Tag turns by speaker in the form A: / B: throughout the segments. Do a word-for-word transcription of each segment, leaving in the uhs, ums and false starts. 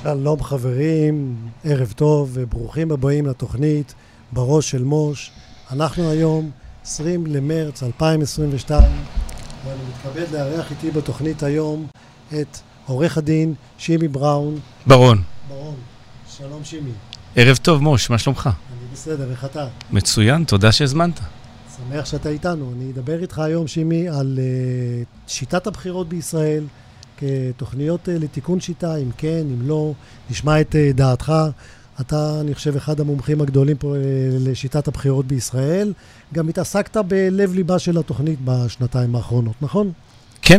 A: שלום חברים, ערב טוב וברוכים הבאים לתוכנית בראש של מוש. אנחנו היום עשרים למרץ אלפיים עשרים ושתיים ואני מתכבד לארח איתי בתוכנית היום את עורך הדין שימי בראון.
B: ברון.
A: ברון, שלום שימי.
B: ערב טוב מוש, מה שלומך?
A: אני בסדר, איך אתה?
B: מצוין, תודה שהזמנת.
A: שמח שאתה איתנו. אני אדבר איתך היום שימי על uh, שיטת הבחירות בישראל, כתוכניות לתיקון שיטה, אם כן, אם לא, נשמע את דעתך. אתה, אני חושב, אחד המומחים הגדולים פה לשיטת הבחירות בישראל. גם התעסקת בלב ליבה של התוכנית בשנתיים האחרונות, נכון?
B: כן.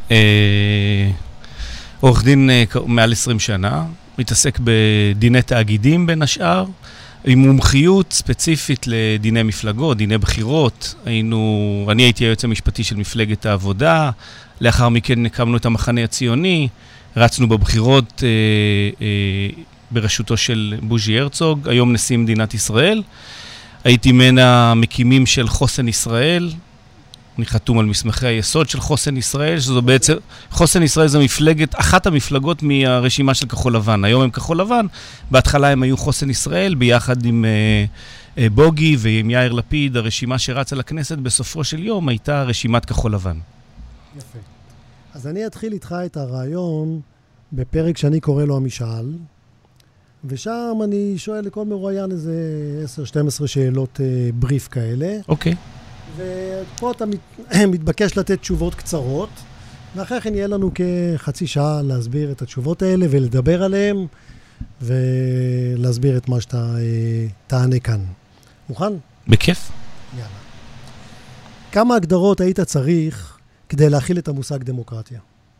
B: עורך דין מעל עשרים שנה, מתעסק בדיני תאגידים בין השאר, עם מומחיות ספציפית לדיני מפלגות, דיני בחירות. היינו, אני הייתי היועץ המשפטי של מפלגת העבודה, לאחר מכן הקמנו את המחנה הציוני, רצנו בבחירות אה, אה, בראשותו של בוז'י הרצוג, היום נשיא מדינת ישראל. הייתי מן המקימים של חוסן ישראל, אני חתום על מסמכי היסוד של חוסן ישראל, שזו בעצם, חוסן ישראל זו מפלגת, אחת המפלגות מהרשימה של כחול לבן. היום הם כחול לבן, בהתחלה הם היו חוסן ישראל, ביחד עם אה, אה, בוגי ועם יאיר לפיד, הרשימה שרצה לכנסת בסופו של יום הייתה רשימת כחול לבן.
A: יפה. אז אני אתחיל איתך את הרעיון בפרק שאני קורא לו המשאל, ושם אני שואל לכל מרואיין איזה עשר שתים עשרה שאלות אה, בריף כאלה.
B: אוקיי. Okay.
A: ופה אתה מת, מתבקש לתת תשובות קצרות, ואחרי כן יהיה לנו כחצי שעה להסביר את התשובות האלה ולדבר עליהן, ולהסביר את מה שאתה אה, תענה כאן. מוכן?
B: בכיף.
A: יאללה. כמה הגדרות היית צריך כדי להכיל את המושג דמוקרטיה?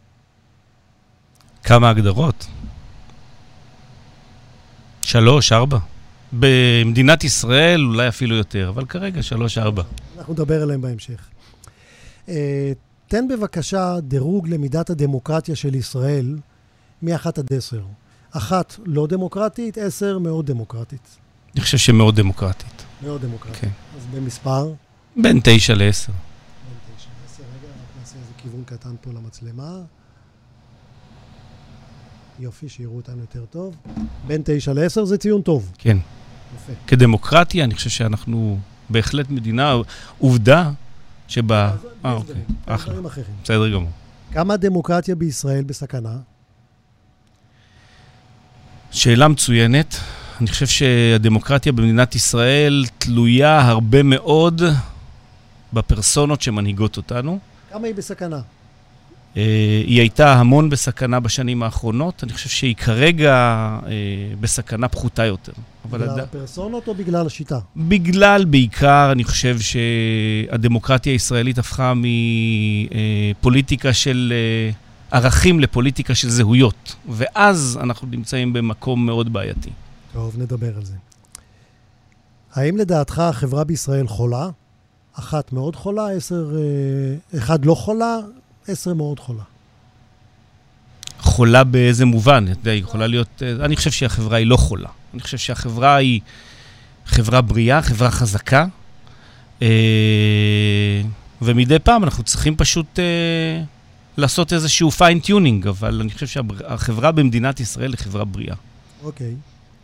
B: כמה הגדרות? שלוש, ארבע. במדינת ישראל אולי אפילו יותר, אבל כרגע שלוש, ארבע.
A: אנחנו נדבר עליהם בהמשך. תן בבקשה דירוג למידת הדמוקרטיה של ישראל מאחת עד עשר. אחת לא דמוקרטית, עשר מאוד דמוקרטית.
B: אני חושב שמאוד דמוקרטית.
A: מאוד דמוקרטית.
B: כן.
A: אז במספר?
B: בין תשע לעשר.
A: בין תשע לעשר. רגע, רק נעשה איזה כיוון קטן פה למצלמה. יופי, שיראו אותנו יותר טוב. בין תשע לעשר זה ציון טוב.
B: כן.
A: יפה.
B: כדמוקרטיה, אני חושב שאנחנו בהחלט מדינה, עובדה שבה... אה, אוקיי. אחלה. בסדר גמור.
A: כמה הדמוקרטיה בישראל בסכנה?
B: שאלה מצוינת. אני חושב שהדמוקרטיה במדינת ישראל תלויה הרבה מאוד בפרסונות שמנהיגות אותנו. כמה היא בסכנה? היא הייתה המון בסכנה בשנים האחרונות. אני חושב שהיא כרגע בסכנה פחותה יותר.
A: בגלל הפרסונות או בגלל השיטה?
B: בגלל בעיקר, אני חושב שהדמוקרטיה הישראלית הפכה מפוליטיקה של ערכים לפוליטיקה של זהויות. ואז אנחנו נמצאים במקום מאוד בעייתי.
A: טוב, נדבר על זה. האם לדעתך החברה בישראל חולה? אחת מאוד חולה, עשר, אחד לא חולה, עשר מאוד חולה.
B: חולה באיזה מובן? היא יכולה להיות... אני חושב שהחברה היא לא חולה. אני חושב שהחברה היא חברה בריאה, חברה חזקה, ומדי פעם אנחנו צריכים פשוט לעשות איזשהו פיין-טיונינג, אבל אני חושב שהחברה במדינת ישראל היא חברה בריאה.
A: אוקיי.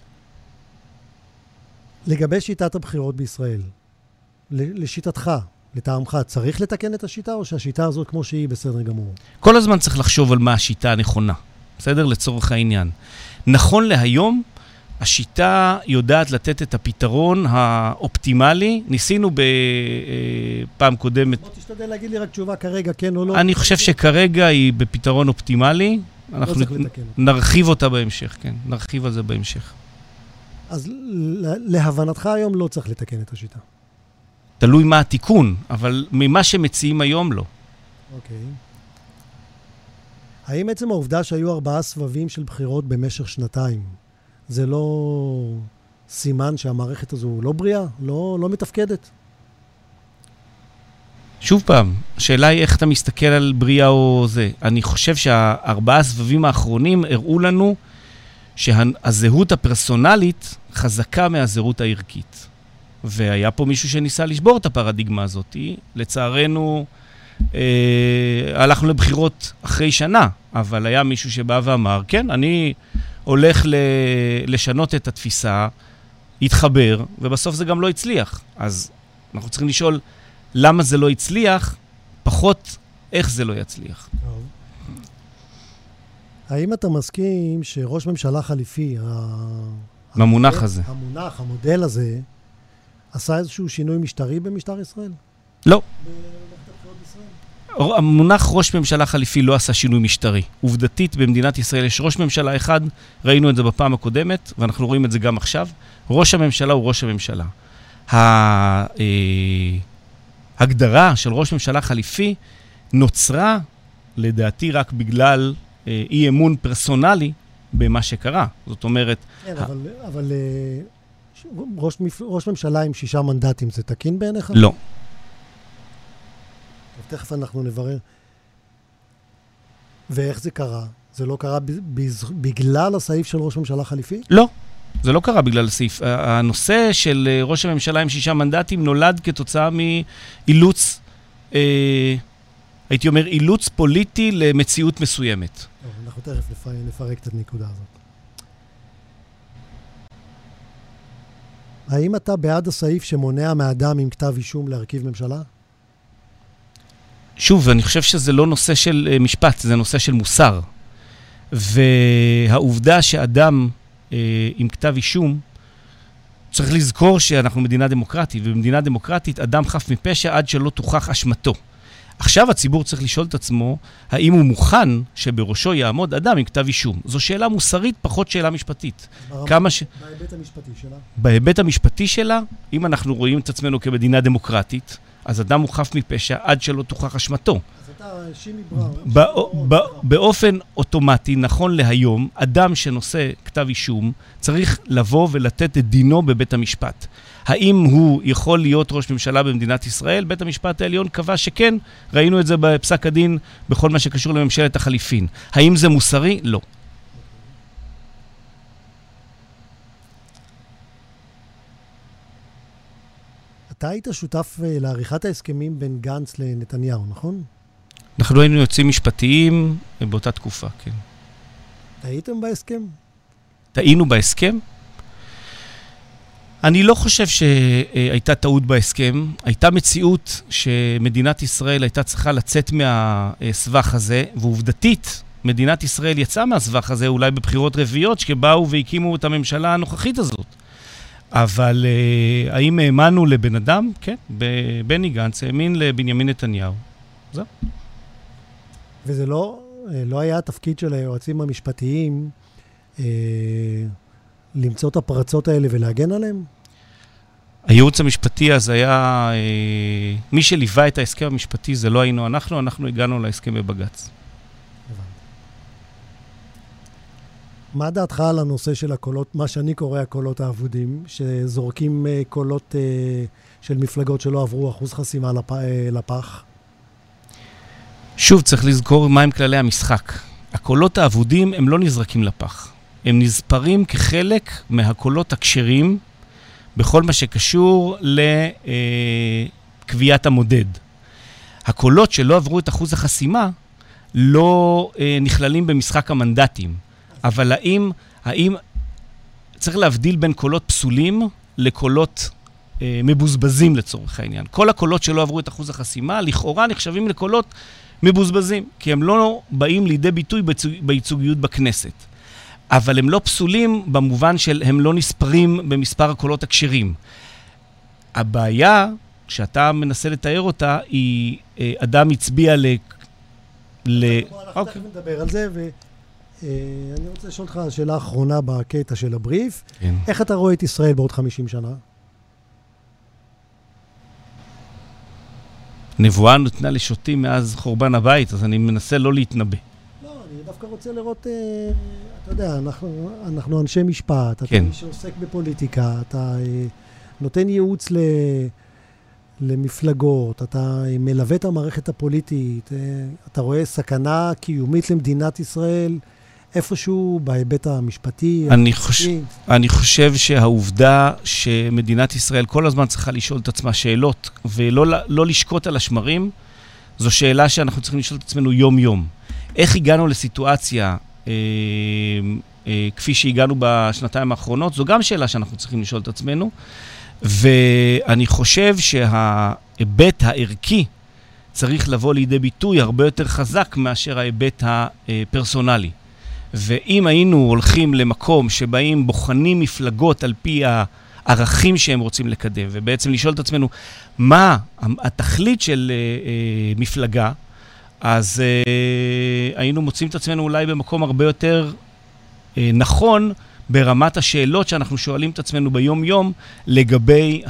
A: לגבי שיטת הבחירות בישראל, לשיטתך, לטעמך, צריך לתקן את השיטה, או שהשיטה הזאת כמו שהיא בסדר גמור?
B: כל הזמן צריך לחשוב על מה השיטה הנכונה, בסדר? לצורך העניין. נכון להיום, השיטה יודעת לתת את הפתרון האופטימלי. ניסינו בפעם קודמת...
A: בוא תשתדל להגיד לי רק תשובה כרגע, כן או לא.
B: אני חושב שכרגע היא בפתרון אופטימלי. אנחנו נרחיב אותה בהמשך, כן. נרחיב על זה בהמשך.
A: אז להבנתך היום לא צריך לתקן את השיטה.
B: תלוי מה התיקון, אבל ממה שמציעים היום לא.
A: אוקיי. האם עצם העובדה שהיו ארבעה סבבים של בחירות במשך שנתיים, זה לא סימן שהמערכת הזו לא בריאה, לא, לא מתפקדת?
B: שוב פעם, השאלה היא איך אתה מסתכל על בריאה או זה. אני חושב שהארבעה הסבבים האחרונים הראו לנו שהזהות הפרסונלית חזקה מהזהות הערכית. והיה פה מישהו שניסה לשבור את הפרדיגמה הזאת. לצערנו, אה, הלכנו לבחירות אחרי שנה, אבל היה מישהו שבא ואמר, כן, אני הולך לשנות את התפיסה, יתחבר, ובסוף זה גם לא הצליח. אז אנחנו צריכים לשאול למה זה לא הצליח, פחות איך זה לא יצליח.
A: האם אתה מסכים שראש ממשלה חליפי,
B: המונח הזה,
A: המונח, המודל הזה, עשה איזשהו שינוי משטרי במשטר ישראל?
B: לא. המונח ראש ממשלה חליפי לא עשה שינוי משטרי. עובדתית, במדינת ישראל יש ראש ממשלה אחד, ראינו את זה בפעם הקודמת, ואנחנו רואים את זה גם עכשיו. ראש הממשלה הוא ראש הממשלה. ההגדרה של ראש ממשלה חליפי נוצרה, לדעתי, רק בגלל אי אמון פרסונלי במה שקרה. זאת אומרת...
A: כן, אבל, אבל ראש, ראש ממשלה עם שישה מנדטים, זה תקין בעיניך?
B: לא.
A: תכף אנחנו נברר. ואיך זה קרה? זה לא קרה בגלל הסעיף של ראש ממשלה חליפי?
B: לא, זה לא קרה בגלל הסעיף. הנושא של ראש הממשלה עם שישה מנדטים נולד כתוצאה מאילוץ, אה, הייתי אומר, אילוץ פוליטי למציאות מסוימת.
A: אנחנו תכף נפרק את הנקודה הזאת. האם אתה בעד הסעיף שמונע מאדם עם כתב אישום להרכיב ממשלה?
B: שוב, אני חושב שזה לא נושא של משפט, זה נושא של מוסר. והעובדה שאדם אה, עם כתב אישום, צריך לזכור שאנחנו מדינה דמוקרטית, ובמדינה דמוקרטית אדם חף מפשע עד שלא תוכח אשמתו. עכשיו הציבור צריך לשאול את עצמו, האם הוא מוכן שבראשו יעמוד אדם עם כתב אישום. זו שאלה מוסרית, פחות שאלה משפטית.
A: כמה ש... בהיבט המשפטי שלה?
B: בהיבט המשפטי שלה, אם אנחנו רואים את עצמנו כמדינה דמוקרטית, אז אדם הוא חף מפשע עד שלא תוכח אשמתו.
A: אז אתה, שימי בראון.
B: באופן אוטומטי, נכון להיום, אדם שנושא כתב אישום, צריך לבוא ולתת את דינו בבית המשפט. האם הוא יכול להיות ראש ממשלה במדינת ישראל? בית המשפט העליון קבע שכן, ראינו את זה בפסק הדין בכל מה שקשור לממשלת החליפין. האם זה מוסרי? לא.
A: אתה היית שותף לעריכת ההסכמים בין גנץ לנתניהו, נכון?
B: אנחנו היינו יוצאים משפטיים באותה תקופה, כן.
A: הייתם בהסכם?
B: טעינו בהסכם? אני לא חושב שהייתה טעות בהסכם. הייתה מציאות שמדינת ישראל הייתה צריכה לצאת מהסבך הזה, ועובדתית, מדינת ישראל יצאה מהסבך הזה אולי בבחירות רביעיות, שבאו והקימו את הממשלה הנוכחית הזאת. אבל uh, האם האמנו לבן אדם? כן, בני גנץ האמין לבנימין נתניהו. זהו.
A: וזה לא, לא היה התפקיד של היועצים המשפטיים אה, למצוא את הפרצות האלה ולהגן עליהם?
B: הייעוץ המשפטי אז היה, אה, מי שליווה את ההסכם המשפטי זה לא היינו אנחנו, אנחנו הגענו להסכם בבג"ץ.
A: מה דעתך על הנושא של הקולות, מה שאני קורא הקולות האבודים, שזורקים קולות של מפלגות שלא עברו אחוז חסימה לפח?
B: שוב, צריך לזכור מהם כללי המשחק. הקולות האבודים הם לא נזרקים לפח. הם נספרים כחלק מהקולות הכשרים בכל מה שקשור לקביעת המודד. הקולות שלא עברו את אחוז החסימה לא נכללים במשחק המנדטים. אבל האם, האם צריך להבדיל בין קולות פסולים לקולות אה, מבוזבזים לצורך העניין. כל הקולות שלא עברו את אחוז החסימה, לכאורה נחשבים לקולות מבוזבזים, כי הם לא באים לידי ביטוי בייצוג, בייצוגיות בכנסת. אבל הם לא פסולים במובן של הם לא נספרים במספר הקולות הכשרים. הבעיה, שאתה מנסה לתאר אותה, היא אה, אדם הצביע ל... ל...
A: אנחנו תכף נדבר על זה ו... אני רוצה לשאול אותך שאלה האחרונה בקטע של הבריף.
B: כן.
A: איך אתה רואה את ישראל בעוד חמישים שנה?
B: נבואה נותנה לשוטים מאז חורבן הבית, אז אני מנסה לא להתנבא.
A: לא, אני דווקא רוצה לראות, אתה יודע, אנחנו, אנחנו אנשי משפט,
B: כן.
A: אתה מי שעוסק בפוליטיקה, אתה נותן ייעוץ ל... למפלגות, אתה מלווה את המערכת הפוליטית, אתה רואה סכנה קיומית למדינת ישראל, איפשהו בהיבט המשפטי.
B: אני חושב, אני חושב שהעובדה שמדינת ישראל כל הזמן צריכה לשאול את עצמה שאלות, ולא לא לשקוט על השמרים, זו שאלה שאנחנו צריכים לשאול את עצמנו יום-יום. איך הגענו לסיטואציה אה, כפי שהגענו בשנתיים האחרונות, זו גם שאלה שאנחנו צריכים לשאול את עצמנו, ואני חושב שההיבט הערכי צריך לבוא לידי ביטוי הרבה יותר חזק מאשר ההיבט הפרסונלי. ואם היינו הולכים למקום שבאים בוחנים מפלגות על פי הערכים שהם רוצים לקדם, ובעצם לשאול את עצמנו מה התכלית של מפלגה, אז היינו מוצאים את עצמנו אולי במקום הרבה יותר נכון ברמת השאלות שאנחנו שואלים את עצמנו ביום-יום לגבי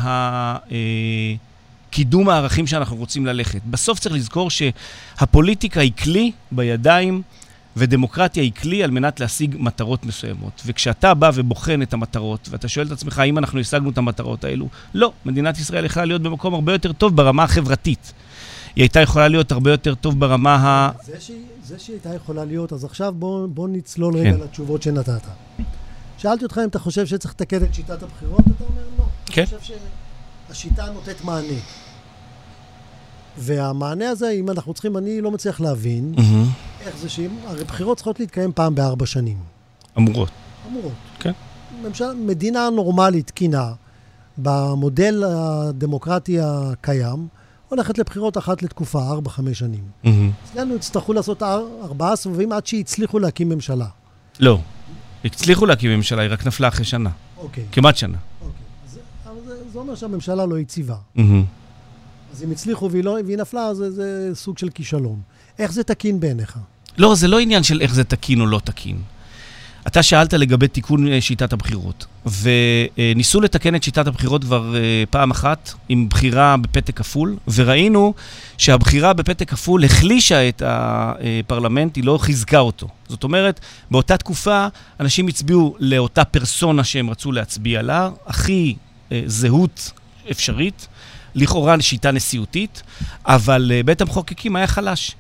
B: קידום הערכים שאנחנו רוצים ללכת. בסוף צריך לזכור שהפוליטיקה היא כלי בידיים, ודמוקרטיה היא כלי על מנת להשיג מטרות מסוימות. וכשאתה בא ובוחן את המטרות, ואתה שואל את עצמך האם אנחנו השגנו את המטרות האלו, לא, מדינת ישראל יכולה להיות במקום הרבה יותר טוב ברמה החברתית. היא הייתה יכולה להיות הרבה יותר טוב ברמה ה...
A: זה שהיא, זה שהיא הייתה יכולה להיות, אז עכשיו בוא, בוא נצלול רגע כן. לתשובות שנתת. שאלתי אותך אם אתה חושב שצריך לתקן את שיטת הבחירות, אתה אומר לא. כן. אני חושב שהשיטה נותנת מענה. והמענה הזה, אם אנחנו צריכים, אני לא מצליח להבין, mm-hmm. איך זה שאם, הרי בחירות צריכות להתקיים פעם בארבע שנים.
B: אמורות.
A: אמורות.
B: כן.
A: ממשל, מדינה נורמלית, תקינה, במודל הדמוקרטי הקיים, הולכת לבחירות אחת לתקופה, ארבע, חמש שנים. Mm-hmm. אז לנו הצטרכו לעשות ארבעה סבבים עד שהצליחו להקים ממשלה.
B: לא. הצליחו להקים ממשלה, היא רק נפלה אחרי שנה.
A: אוקיי.
B: כמעט שנה.
A: אוקיי. זה, אבל זה, זה אומר שהממשלה לא יציבה.
B: Mm-hmm.
A: אז אם הצליחו והיא, לא, והיא נפלה, זה, זה סוג של כישלון. איך זה תקין בעיניך?
B: לא, זה לא עניין של איך זה תקין או לא תקין. אתה שאלת לגבי תיקון שיטת הבחירות, וניסו לתקן את שיטת הבחירות כבר פעם אחת עם בחירה בפתק כפול, וראינו שהבחירה בפתק כפול החלישה את הפרלמנט, היא לא חיזקה אותו. זאת אומרת, באותה תקופה אנשים הצביעו לאותה פרסונה שהם רצו להצביע לה, הכי זהות אפשרית, לכאורה לשיטה נשיאותית, אבל בית המחוקקים היה חלש.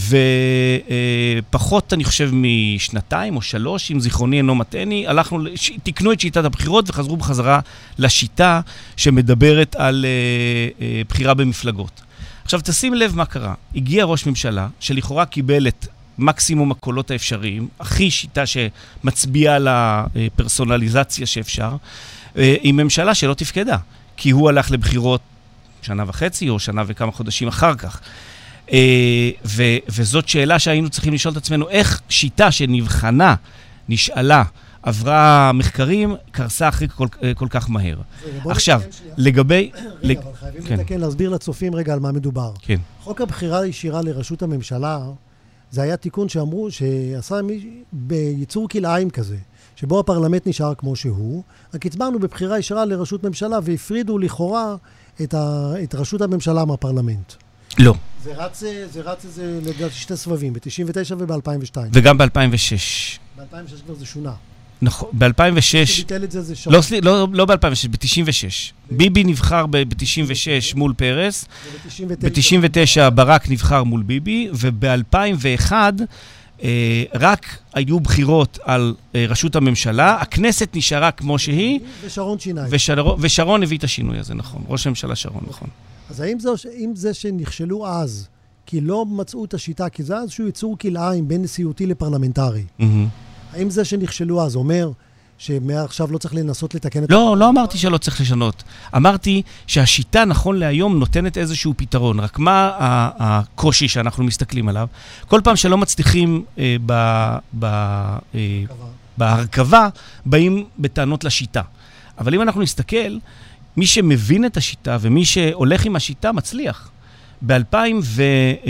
B: ופחות, אני חושב, משנתיים או שלוש, אם זיכרוני אינו מטעני, הלכנו, תקנו את שיטת הבחירות וחזרו בחזרה לשיטה שמדברת על בחירה במפלגות. עכשיו, תשים לב מה קרה. הגיע ראש ממשלה שלכאורה קיבל את מקסימום הקולות האפשריים, הכי שיטה שמצביעה על הפרסונליזציה שאפשר, עם ממשלה שלא תפקדה, כי הוא הלך לבחירות שנה וחצי או שנה וכמה חודשים אחר כך. ו- וזאת שאלה שהיינו צריכים לשאול את עצמנו, איך שיטה שנבחנה, נשאלה, עברה מחקרים, קרסה אחרי כל, כל כך מהר. עכשיו, לגבי...
A: רגע, אבל חייבים כן. לתקן, להסביר לצופים רגע על מה מדובר.
B: כן.
A: חוק הבחירה ישירה לראשות הממשלה, זה היה תיקון שאמרו, שעשה ביצור כלאיים כזה, שבו הפרלמנט נשאר כמו שהוא, רק הצבענו בבחירה ישירה לראשות ממשלה, והפרידו לכאורה את, ה, את ראשות הממשלה מהפרלמנט.
B: לא.
A: זה רץ, זה רץ איזה, לדעת, שתי סבבים, ב-תשעים ותשע וב-אלפיים ושתיים.
B: וגם ב-אלפיים ושש.
A: ב-אלפיים ושש כבר זה שונה.
B: נכון, ב-אלפיים ושש...
A: שביטל את זה, זה שונה.
B: לא, לא, לא ב-אלפיים ושש, ב-תשעים ושש. ביבי נבחר ב-תשעים ושש מול פרס, ב-תשעים ותשע ברק נבחר מול ביבי, וב-אלפיים ואחת רק היו בחירות על ראשות הממשלה, הכנסת נשארה כמו שהיא,
A: ושרון שינה.
B: ושרון הביא את השינוי הזה, נכון. ראש הממשלה שרון, נכון.
A: אז האם זה, אם זה שנכשלו אז, כי לא מצאו את השיטה, כי זה איזשהו יצור כלאיים בין נשיאותי לפרלמנטרי, mm-hmm. האם זה שנכשלו אז אומר שמעכשיו לא צריך לנסות לתקן את...
B: לא, לא אמרתי שלא צריך לשנות. אמרתי שהשיטה נכון להיום נותנת איזשהו פתרון. רק מה הקושי שאנחנו מסתכלים עליו? כל פעם שלא מצליחים אה, ב, ב, אה, בהרכבה, באים בטענות לשיטה. אבל אם אנחנו נסתכל, מי שמבין את השיטה ומי שהולך עם השיטה מצליח. ב-אלפיים ו...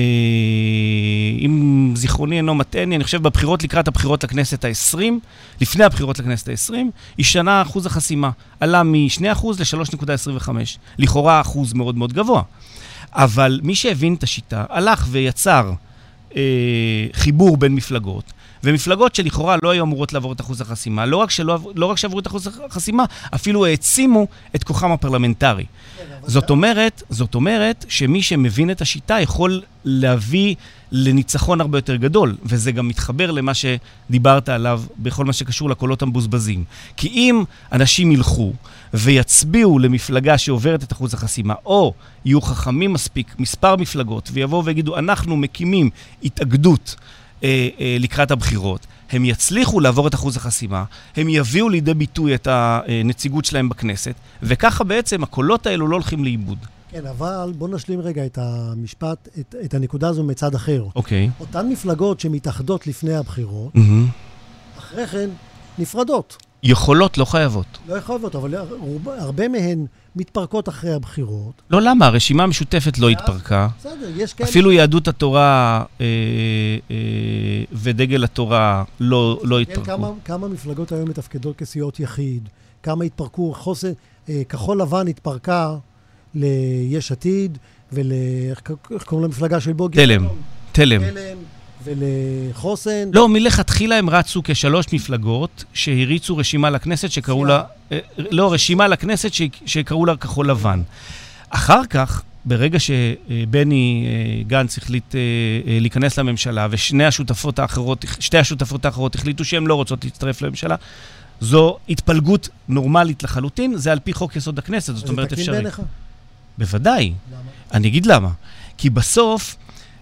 B: אם זיכרוני אינו מטעני, אני חושב בבחירות לקראת הבחירות לכנסת ה-עשרים, לפני הבחירות לכנסת ה-עשרים, השתנה אחוז החסימה. עלה מ-שני אחוז ל-שלוש נקודה עשרים וחמש. לכאורה אחוז מאוד מאוד גבוה. אבל מי שהבין את השיטה, הלך ויצר אה, חיבור בין מפלגות, ומפלגות שלכאורה לא היו אמורות לעבור את אחוז החסימה, לא רק, שלא, לא רק שעברו את אחוז החסימה, אפילו העצימו את כוחם הפרלמנטרי. זאת אומרת, זאת אומרת שמי שמבין את השיטה יכול להביא לניצחון הרבה יותר גדול, וזה גם מתחבר למה שדיברת עליו בכל מה שקשור לקולות המבוזבזים. כי אם אנשים ילכו ויצביעו למפלגה שעוברת את אחוז החסימה, או יהיו חכמים מספיק מספר מפלגות, ויבואו ויגידו, אנחנו מקימים התאגדות אה, אה, לקראת הבחירות, הם יצליחו לעבור את אחוז החסימה, הם יביאו לידי ביטוי את הנציגות שלהם בכנסת, וככה בעצם הקולות האלו לא הולכים לאיבוד.
A: כן, אבל בוא נשלים רגע את המשפט, את, את הנקודה הזו מצד אחר.
B: אוקיי.
A: אותן מפלגות שמתאחדות לפני הבחירות,
B: Mm-hmm.
A: אחרי כן נפרדות.
B: יכולות, לא חייבות.
A: לא חייבות, אבל הרבה, הרבה מהן מתפרקות אחרי הבחירות.
B: לא, למה? הרשימה המשותפת לא התפרקה.
A: בסדר, יש כאלה...
B: אפילו יהדות התורה אה, אה, ודגל התורה לא, לא
A: כן,
B: התפרקו.
A: כמה, כמה מפלגות היום מתפקדות כסיעות יחיד, כמה התפרקו, חוסן, אה, כחול לבן התפרקה ליש עתיד, ול... איך קוראים למפלגה של בוגי?
B: תלם, תלם.
A: תלם. ולחוסן.
B: לא, מלכתחילה הם רצו כשלוש מפלגות שהריצו רשימה לכנסת שקראו לה... לא, רשימה לכנסת שקראו לה כחול לבן. אחר כך, ברגע שבני גנץ החליט להיכנס לממשלה, ושני השותפות האחרות, שתי השותפות האחרות החליטו שהן לא רוצות להצטרף לממשלה, זו התפלגות נורמלית לחלוטין, זה על פי חוק יסוד הכנסת, זאת אומרת אפשרי.
A: זה תקין בעיניך?
B: בוודאי.
A: למה?
B: אני אגיד למה. כי בסוף...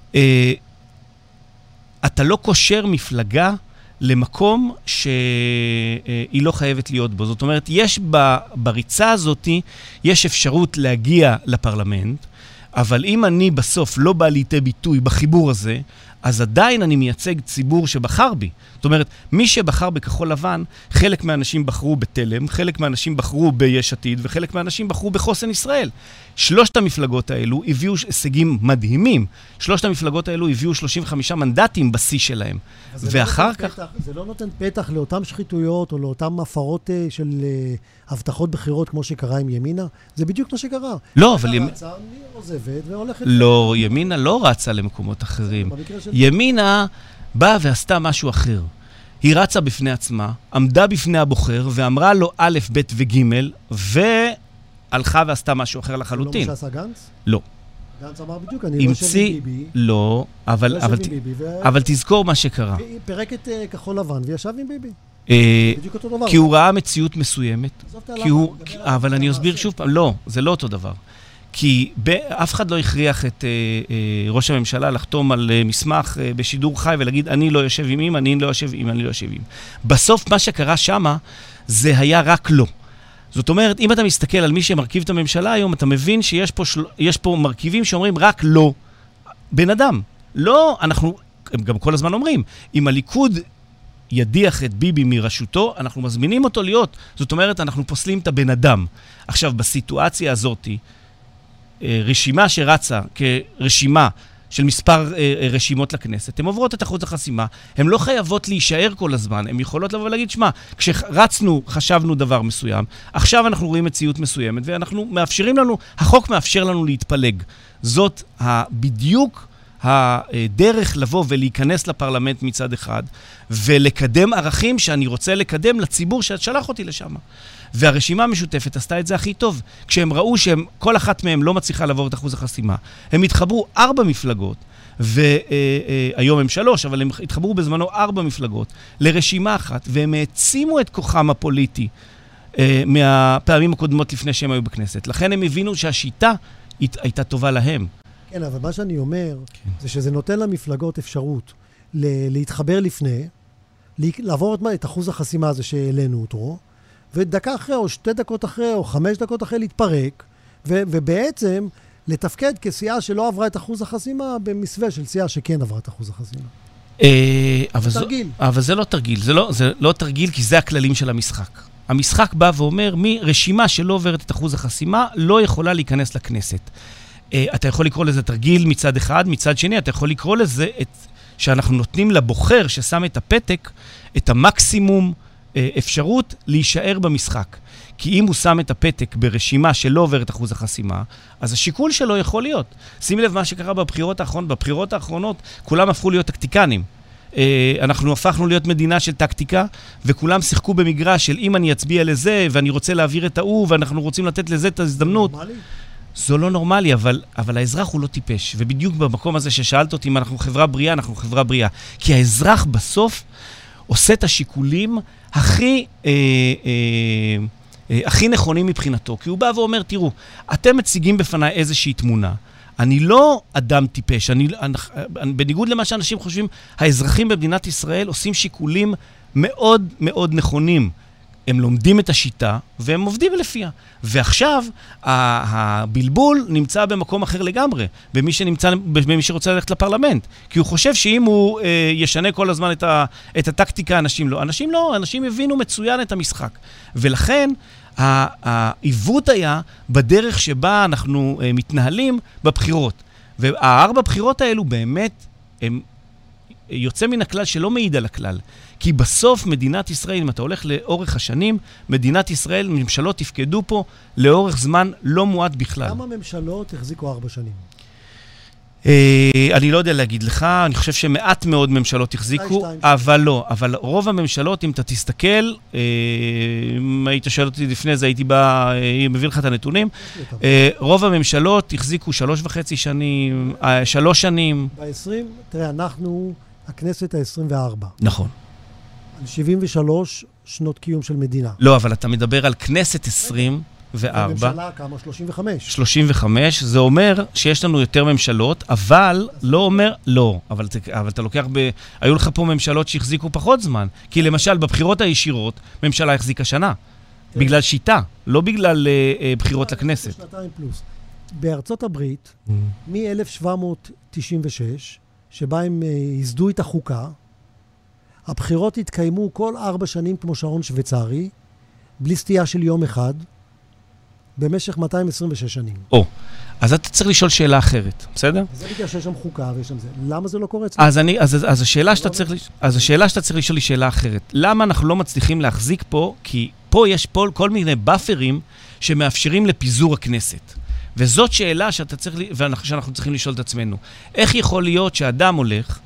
B: אתה לא קושר מפלגה למקום שהיא לא חייבת להיות בו. זאת אומרת, יש בריצה הזאת, יש אפשרות להגיע לפרלמנט, אבל אם אני בסוף לא בא לידי ביטוי בחיבור הזה, אז עדיין אני מייצג ציבור שבחר בי. זאת אומרת, מי שבחר בכחול לבן, חלק מהאנשים בחרו בתלם, חלק מהאנשים בחרו ביש עתיד, וחלק מהאנשים בחרו בחוסן ישראל. שלושת המפלגות האלו הביאו הישגים מדהימים. שלושת המפלגות האלו הביאו שלושים וחמישה מנדטים בשיא שלהם. ואחר כך...
A: פתח, זה לא נותן פתח לאותן שחיתויות, או לאותן הפרות של uh, הבטחות בחירות, כמו שקרה עם ימינה. זה בדיוק מה שקרה.
B: לא, אבל... ימ...
A: רצה, אני עוזבת והולכת...
B: לא, ימינה לא רצה למקומות אחרים.
A: של...
B: ימינה באה ועשתה משהו אחר. היא רצה בפני עצמה, עמדה בפני הבוחר, ואמרה לו א', ב' וג', והלכה ועשתה משהו אחר לחלוטין.
A: לא מה שעשה גנץ?
B: לא.
A: גנץ אמר בדיוק, אני לא יושב עם ביבי.
B: לא, אבל, אבל, ת... ו... אבל תזכור מה שקרה.
A: היא פירק את uh, כחול לבן וישב עם ביבי.
B: אה,
A: בדיוק אותו דבר.
B: כי הוא ראה מציאות מסוימת. כי הוא... אבל אני אסביר שוב פעם, לא, זה לא אותו דבר. כי אף אחד לא הכריח את אה, אה, ראש הממשלה לחתום על אה, מסמך אה, בשידור חי ולהגיד, אני לא יושב עם אם, אני לא יושב עם, אני לא יושב עם. בסוף מה שקרה שמה, זה היה רק לא. זאת אומרת, אם אתה מסתכל על מי שמרכיב את הממשלה היום, אתה מבין שיש פה, של... יש פה מרכיבים שאומרים רק לא. בן אדם. לא, אנחנו, הם גם כל הזמן אומרים, אם הליכוד ידיח את ביבי מראשותו, אנחנו מזמינים אותו להיות. זאת אומרת, אנחנו פוסלים את הבן אדם. עכשיו, בסיטואציה הזאת, רשימה שרצה כרשימה של מספר רשימות לכנסת, הן עוברות את אחוז החסימה, הן לא חייבות להישאר כל הזמן, הן יכולות לבוא ולהגיד, שמה, כשרצנו, חשבנו דבר מסוים, עכשיו אנחנו רואים מציאות מסוימת, ואנחנו מאפשרים לנו, החוק מאפשר לנו להתפלג. זאת בדיוק הדרך לבוא ולהיכנס לפרלמנט מצד אחד, ולקדם ערכים שאני רוצה לקדם לציבור ששלח אותי לשם. והרשימה המשותפת עשתה את זה הכי טוב. כשהם ראו שכל אחת מהם לא מצליחה לעבור את אחוז החסימה, הם התחברו ארבע מפלגות, והיום הם שלוש, אבל הם התחברו בזמנו ארבע מפלגות, לרשימה אחת, והם העצימו את כוחם הפוליטי מהפעמים הקודמות לפני שהם היו בכנסת. לכן הם הבינו שהשיטה הייתה טובה להם.
A: כן, אבל מה שאני אומר, כן. זה שזה נותן למפלגות אפשרות להתחבר לפני, לעבור את אחוז החסימה הזה שהעלינו אותו, ודקה אחרי, או שתי דקות אחרי, או חמש דקות אחרי להתפרק, ו- ובעצם לתפקד כסיעה שלא עברה את אחוז החסימה, במסווה של סיעה שכן עברה את אחוז החסימה.
B: זה תרגיל. אבל זה לא תרגיל. זה לא, זה לא תרגיל, כי זה הכללים של המשחק. המשחק בא ואומר, מי רשימה שלא עוברת את אחוז החסימה, לא יכולה להיכנס לכנסת. אתה יכול לקרוא לזה תרגיל מצד אחד, מצד שני, אתה יכול לקרוא לזה את, שאנחנו נותנים לבוחר ששם את הפתק, את המקסימום אפשרות להישאר במשחק. כי אם הוא שם את הפתק ברשימה שלא עוברת אחוז החסימה, אז השיקול שלו יכול להיות. שימי לב מה שקרה בבחירות האחרונות. בבחירות האחרונות כולם הפכו להיות טקטיקנים. אנחנו הפכנו להיות מדינה של טקטיקה, וכולם שיחקו במגרש של אם אני אצביע לזה, ואני רוצה להעביר את ההוא, ואנחנו רוצים לתת לזה את ההזדמנות. נורמלי? זו לא נורמלי, אבל, אבל האזרח הוא לא טיפש. ובדיוק במקום הזה ששאלת אותי אם אנחנו חברה בריאה, אנחנו חברה בריאה. כי האזרח בסוף עושה את השיקולים הכי, אה, אה, אה, הכי נכונים מבחינתו. כי הוא בא ואומר, תראו, אתם מציגים בפניי איזושהי תמונה. אני לא אדם טיפש, אני, אני, בניגוד למה שאנשים חושבים, האזרחים במדינת ישראל עושים שיקולים מאוד מאוד נכונים. הם לומדים את השיטה, והם עובדים לפיה. ועכשיו, הבלבול נמצא במקום אחר לגמרי, במי שנמצא, במי שרוצה ללכת לפרלמנט. כי הוא חושב שאם הוא אה, ישנה כל הזמן את, ה, את הטקטיקה, אנשים לא. אנשים לא, אנשים הבינו מצוין את המשחק. ולכן, העיוות היה בדרך שבה אנחנו אה, מתנהלים בבחירות. והארבע בחירות האלו באמת, הם יוצא מן הכלל שלא מעיד על הכלל. כי בסוף מדינת ישראל, אם אתה הולך לאורך השנים, מדינת ישראל, ממשלות תפקדו פה לאורך זמן לא מועט בכלל.
A: כמה ממשלות החזיקו ארבע שנים?
B: אני לא יודע להגיד לך, אני חושב שמעט מאוד ממשלות החזיקו, אבל לא. אבל רוב הממשלות, אם אתה תסתכל, אם היית שואל אותי לפני זה, הייתי בא, מביא לך את הנתונים, רוב הממשלות החזיקו שלוש וחצי שנים, שלוש שנים. ב-עשרים,
A: תראה, אנחנו, הכנסת ה-עשרים וארבע.
B: נכון.
A: על שבעים ושלוש שנות קיום של מדינה.
B: לא, אבל אתה מדבר על כנסת עשרים וארבע.
A: הממשלה כמה? שלושים וחמש.
B: שלושים וחמש, זה אומר שיש לנו יותר ממשלות, אבל לא אומר, לא, אבל, אבל אתה לוקח ב... היו לך פה ממשלות שהחזיקו פחות זמן, כי למשל בבחירות הישירות, ממשלה החזיקה שנה, בגלל שיטה, לא בגלל uh, בחירות לכנסת.
A: שנתיים פלוס. בארצות הברית, מ-אלף שבע מאות תשעים ושש, שבה הם uh, הזדו את החוקה, הבחירות התקיימו כל ארבע שנים כמו שעון שוויצרי, בלי סטייה של יום אחד, במשך מאתיים עשרים ושש שנים.
B: או, אז אתה צריך לשאול שאלה אחרת, בסדר?
A: זה בגלל שיש שם חוקה ויש שם זה. למה זה לא קורה אצלנו?
B: אז, אני, אז, אז, השאלה שאתה צריך, אז השאלה שאתה צריך לשאול היא שאלה אחרת. למה אנחנו לא מצליחים להחזיק פה? כי פה יש פה כל מיני באפרים שמאפשרים לפיזור הכנסת. וזאת שאלה שאתה צריך, שאנחנו צריכים לשאול את עצמנו. איך יכול להיות שאדם הולך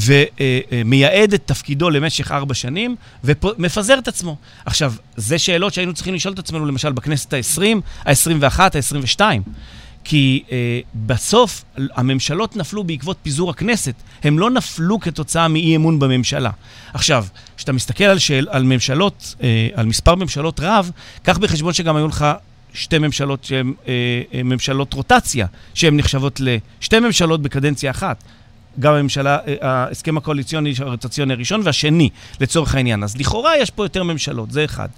B: ומייעד את תפקידו למשך ארבע שנים, ומפזר את עצמו. עכשיו, זה שאלות שהיינו צריכים לשאול את עצמנו, למשל, בכנסת ה-עשרים, ה-עשרים ואחת, ה-עשרים ושתיים. כי אה, בסוף, הממשלות נפלו בעקבות פיזור הכנסת. הם לא נפלו כתוצאה מאי אמון בממשלה. עכשיו, כשאתה מסתכל על, שאל, על ממשלות, אה, על מספר ממשלות רב, כך בחשבון שגם היו לך שתי ממשלות שהן אה, ממשלות רוטציה, שהן נחשבות לשתי ממשלות בקדנציה אחת. גם הממשלה, ההסכם הקואליציוני, הרוטציוני הראשון, והשני, לצורך העניין. אז לכאורה יש פה יותר ממשלות, זה אחד.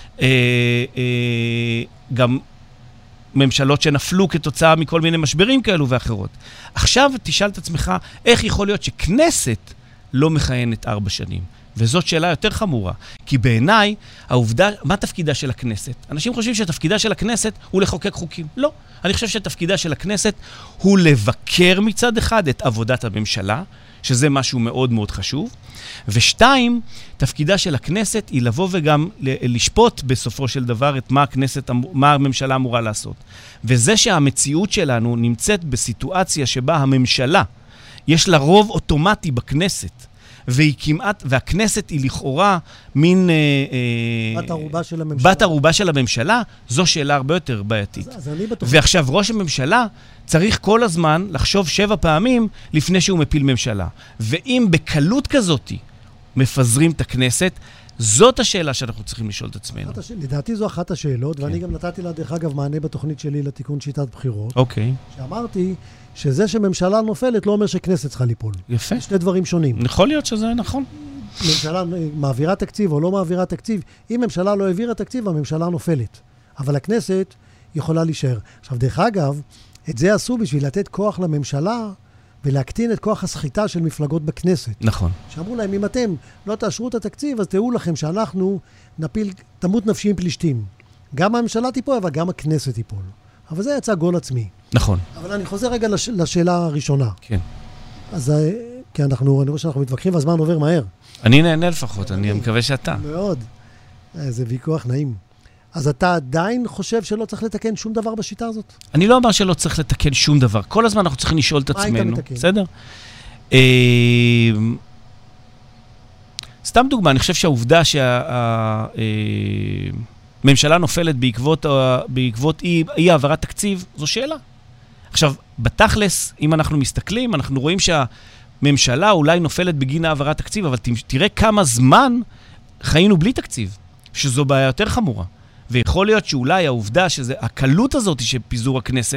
B: גם ממשלות שנפלו כתוצאה מכל מיני משברים כאלו ואחרות. עכשיו תשאל את עצמך, איך יכול להיות שכנסת לא מכהנת ארבע שנים? וזאת שאלה יותר חמורה. כי בעיניי, העובדה, מה תפקידה של הכנסת? אנשים חושבים שתפקידה של הכנסת הוא לחוקק חוקים. לא. אני חושב שתפקידה של הכנסת הוא לבקר מצד אחד את עבודת הממשלה, שזה משהו מאוד מאוד חשוב. ושתיים, תפקידה של הכנסת היא לבוא וגם לשפוט בסופו של דבר את מה הכנסת, מה הממשלה אמורה לעשות. וזה שהמציאות שלנו נמצאת בסיטואציה שבה הממשלה, יש לה רוב אוטומטי בכנסת, והיא כמעט, והכנסת היא לכאורה מין...
A: בת ערובה של הממשלה.
B: בת ערובה של הממשלה, זו שאלה הרבה יותר בעייתית.
A: אז, אז אני בטוח.
B: ועכשיו, ראש הממשלה צריך כל הזמן לחשוב שבע פעמים לפני שהוא מפיל ממשלה. ואם בקלות כזאת מפזרים את הכנסת, זאת השאלה שאנחנו צריכים לשאול את עצמנו.
A: הש... לדעתי זו אחת השאלות, כן. ואני גם נתתי לה דרך אגב מענה בתוכנית שלי לתיקון שיטת בחירות.
B: אוקיי.
A: שאמרתי שזה שממשלה נופלת לא אומר שכנסת צריכה ליפול.
B: יפה.
A: שני דברים שונים.
B: יכול להיות שזה נכון.
A: ממשלה מעבירה תקציב או לא מעבירה תקציב. אם ממשלה לא העבירה תקציב, הממשלה נופלת. אבל הכנסת יכולה להישאר. עכשיו, דרך אגב, את זה עשו בשביל לתת כוח לממשלה ולהקטין את כוח הסחיטה של מפלגות בכנסת.
B: נכון.
A: שאמרו להם, אם אתם לא תאשרו את התקציב, אז תראו לכם שאנחנו נפיל, תמות נפשי עם פלישתים. גם הממשלה תיפול, אבל גם הכנסת תיפול. אבל זה יצא גול עצמי.
B: נכון.
A: אבל אני חוזר רגע לש... לשאלה הראשונה.
B: כן.
A: אז כי אנחנו, אני רואה שאנחנו מתווכחים והזמן עובר מהר.
B: אני נהנה לפחות, אני מקווה שאתה.
A: מאוד. זה ויכוח נעים. אז אתה עדיין חושב שלא צריך לתקן שום דבר בשיטה הזאת?
B: אני לא אומר שלא צריך לתקן שום דבר. כל הזמן אנחנו צריכים לשאול את עצמנו. מה היית מתקן? בסדר? סתם דוגמה, אני חושב שהעובדה שהממשלה נופלת בעקבות אי העברת תקציב, זו שאלה. עכשיו, בתכלס, אם אנחנו מסתכלים, אנחנו רואים שהממשלה אולי נופלת בגין העברת תקציב, אבל תראה כמה זמן חיינו בלי תקציב, שזו בעיה יותר חמורה. ויכול להיות שאולי העובדה שהקלות הזאת של פיזור הכנסת,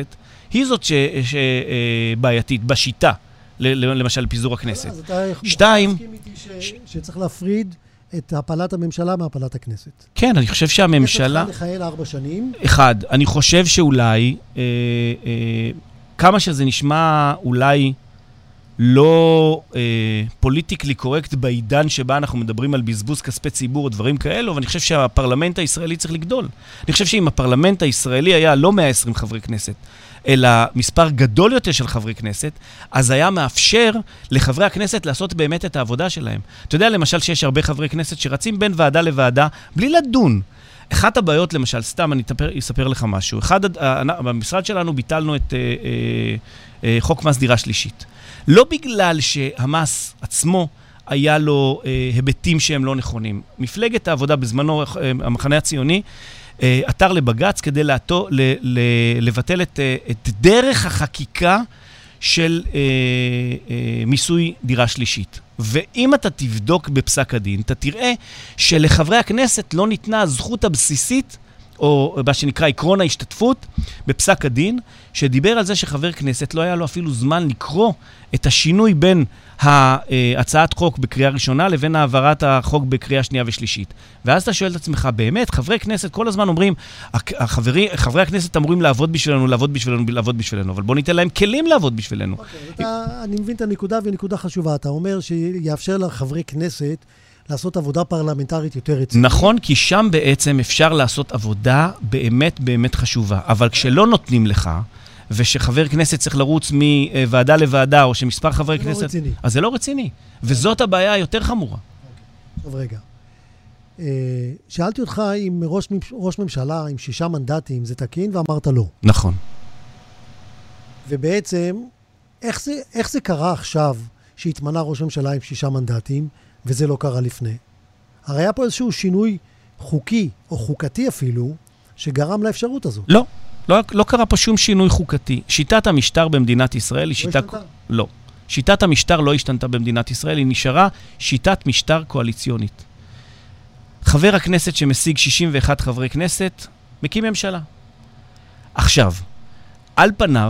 B: היא זאת שבעייתית, בשיטה, למשל פיזור הכנסת.
A: אז אתה
B: שתיים,
A: מסכים איתי שצריך להפריד את הפלת הממשלה מהפלת הכנסת.
B: כן, אני חושב שהממשלה...
A: איך צריכה לכהן ארבע שנים?
B: אחד, אני חושב שאולי, אה, אה, כמה שזה נשמע אולי לא אה, פוליטיקלי קורקט בעידן שבה אנחנו מדברים על בזבוז כספי ציבור או דברים כאלו, ואני חושב שהפרלמנט הישראלי צריך לגדול. אני חושב שאם הפרלמנט הישראלי היה לא מאה ועשרים חברי כנסת, אלא מספר גדול יותר של חברי כנסת, אז היה מאפשר לחברי הכנסת לעשות באמת את העבודה שלהם. אתה יודע, למשל, שיש הרבה חברי כנסת שרצים בין ועדה לוועדה, בלי לדון. אחת הבעיות, למשל, סתם, אני אספר, אספר לך משהו. אחד, במשרד שלנו ביטלנו את אה, אה, אה, חוק מס דירה שלישית. לא בגלל שהמס עצמו היה לו אה, היבטים שהם לא נכונים. מפלגת העבודה בזמנו, אה, המחנה הציוני, אתר לבגץ כדי לעתו, ל, ל, לבטל את, את דרך החקיקה של אה, אה, מיסוי דירה שלישית. ואם אתה תבדוק בפסק הדין, אתה תראה שלחברי הכנסת לא ניתנה הזכות הבסיסית, או מה שנקרא עקרון ההשתתפות, בפסק הדין, שדיבר על זה שחבר כנסת לא היה לו אפילו זמן לקרוא את השינוי בין הצעת חוק בקריאה ראשונה לבין העברת החוק בקריאה שנייה ושלישית. ואז אתה שואל את עצמך, באמת, חברי כנסת כל הזמן אומרים, החברי, חברי הכנסת אמורים לעבוד בשבילנו, לעבוד בשבילנו, לעבוד בשבילנו, אבל בוא ניתן להם כלים לעבוד בשבילנו.
A: Okay, אתה, אני מבין את הנקודה, והיא נקודה חשובה. אתה אומר שיאפשר לחברי כנסת לעשות עבודה פרלמנטרית יותר רצינית.
B: נכון, כי שם בעצם אפשר לעשות עבודה באמת באמת חשובה. אבל כשלא נותנים לך, ושחבר כנסת צריך לרוץ מוועדה לוועדה, או שמספר חברי כנסת...
A: זה לא רציני.
B: אז זה לא רציני. וזאת הבעיה היותר חמורה.
A: טוב, רגע. שאלתי אותך אם ראש, ראש ממשלה עם שישה מנדטים זה תקין, ואמרת לא.
B: נכון.
A: ובעצם, איך זה, איך זה קרה עכשיו שהתמנה ראש ממשלה עם שישה מנדטים, וזה לא קרה לפני? הרי היה פה איזשהו שינוי חוקי, או חוקתי אפילו, שגרם לאפשרות הזאת.
B: לא. לא, לא קרה פה שום שינוי חוקתי. שיטת המשטר במדינת ישראל היא שיטה...
A: לא השתנתה?
B: לא. שיטת המשטר לא השתנתה במדינת ישראל, היא נשארה שיטת משטר קואליציונית. חבר הכנסת שמשיג שישים ואחד חברי כנסת, מקים ממשלה. עכשיו, על פניו,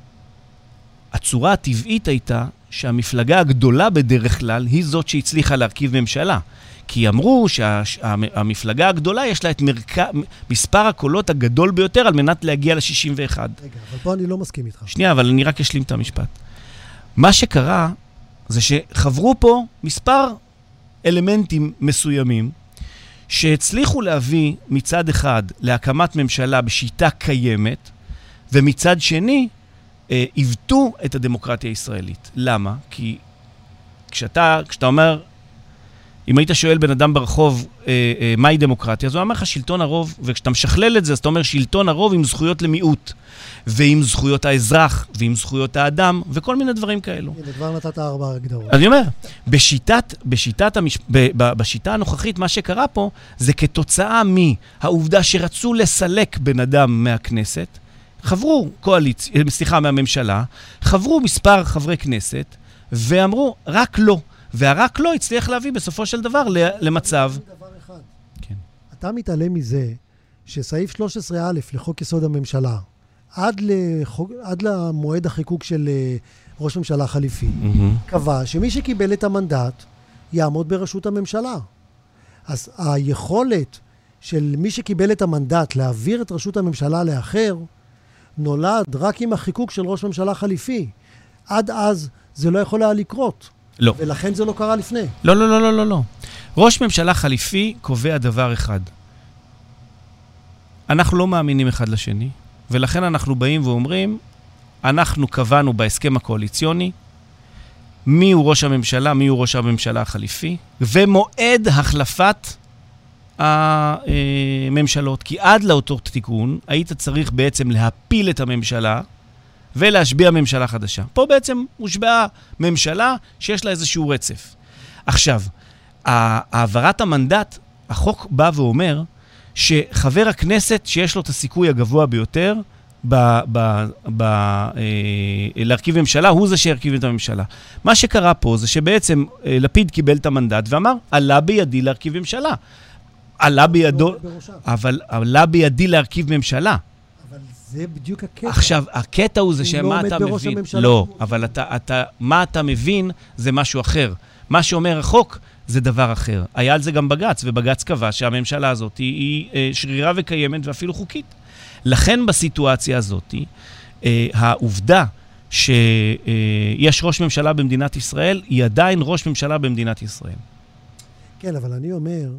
B: הצורה הטבעית הייתה שהמפלגה הגדולה בדרך כלל היא זאת שהצליחה להרכיב ממשלה. כי אמרו שהמפלגה הגדולה יש לה את מרק... מספר הקולות הגדול ביותר על מנת להגיע ל-שישים ואחד.
A: רגע, אבל פה אני לא מסכים איתך.
B: שנייה, אבל אני רק אשלים את המשפט. מה שקרה זה שחברו פה מספר אלמנטים מסוימים שהצליחו להביא מצד אחד להקמת ממשלה בשיטה קיימת, ומצד שני אה, עיוותו את הדמוקרטיה הישראלית. למה? כי כשאתה, כשאתה אומר... אם היית שואל בן אדם ברחוב אה, אה, מהי דמוקרטיה, אז הוא אומר לך שלטון הרוב, וכשאתה משכלל את זה, אז אתה אומר שלטון הרוב עם זכויות למיעוט, ועם זכויות האזרח, ועם זכויות האדם, וכל מיני דברים כאלו.
A: הנה, כבר נתת ארבע הגדרות.
B: אני אומר, בשיטת, בשיטת המש... ב, ב, בשיטה הנוכחית, מה שקרה פה, זה כתוצאה מהעובדה שרצו לסלק בן אדם מהכנסת, חברו קואליציה, סליחה, מהממשלה, חברו מספר חברי כנסת, ואמרו, רק לא. והרק לא הצליח להביא בסופו של דבר למצב.
A: דבר אחד.
B: כן.
A: אתה מתעלם מזה שסעיף שלוש עשרה א' לחוק יסוד הממשלה, עד, לחוק, עד למועד החיקוק של ראש ממשלה חליפי, mm-hmm. קבע שמי שקיבל את המנדט יעמוד בראשות הממשלה. אז היכולת של מי שקיבל את המנדט להעביר את ראשות הממשלה לאחר, נולד רק עם החיקוק של ראש ממשלה חליפי. עד אז זה לא יכול היה לקרות.
B: לא.
A: ולכן זה לא קרה לפני.
B: לא, לא, לא, לא, לא, לא. ראש ממשלה חליפי קובע דבר אחד. אנחנו לא מאמינים אחד לשני, ולכן אנחנו באים ואומרים, אנחנו קבענו בהסכם הקואליציוני, מי הוא ראש הממשלה, מי הוא ראש הממשלה החליפי, ומועד החלפת הממשלות. כי עד לאותו תיקון, היית צריך בעצם להפיל את הממשלה, ולהשביע ממשלה חדשה. פה בעצם הושבעה ממשלה שיש לה איזשהו רצף. עכשיו, העברת המנדט, החוק בא ואומר שחבר הכנסת שיש לו את הסיכוי הגבוה ביותר ב, ב, ב, אה, להרכיב ממשלה, הוא זה שירכיב את הממשלה. מה שקרה פה זה שבעצם אה, לפיד קיבל את המנדט ואמר, עלה בידי להרכיב ממשלה. עלה בידו, אבל עלה בידי להרכיב ממשלה.
A: אבל זה בדיוק הקטע.
B: עכשיו, הקטע הוא זה שמה אתה מבין. לא, אבל אתה, אתה, מה אתה מבין זה משהו אחר. מה שאומר החוק זה דבר אחר. היה על זה גם בגץ, ובגץ קבע שהממשלה הזאת היא, היא שרירה וקיימת ואפילו חוקית. לכן בסיטואציה הזאת, העובדה שיש ראש ממשלה במדינת ישראל, היא עדיין ראש ממשלה במדינת ישראל.
A: כן, אבל אני אומר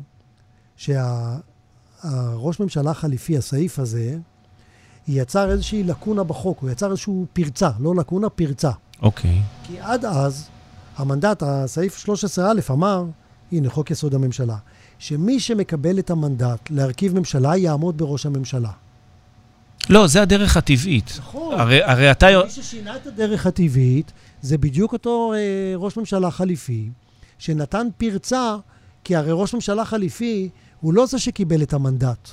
A: שהראש ממשלה חליפי, הסעיף הזה, יצר איזושהי לקונה בחוק, הוא יצר איזושהי פרצה, לא לקונה, פרצה.
B: אוקיי.
A: כי עד אז, המנדט, הסעיף שלוש עשרה א' אמר, הנה, חוק יסוד הממשלה, שמי שמקבל את המנדט להרכיב ממשלה, יעמוד בראש הממשלה.
B: לא, זה הדרך הטבעית.
A: נכון.
B: הרי, הרי אתה...
A: מי ששינה את הדרך הטבעית, זה בדיוק אותו אה, ראש ממשלה חליפי, שנתן פרצה, כי הרי ראש ממשלה חליפי, הוא לא זה שקיבל את המנדט.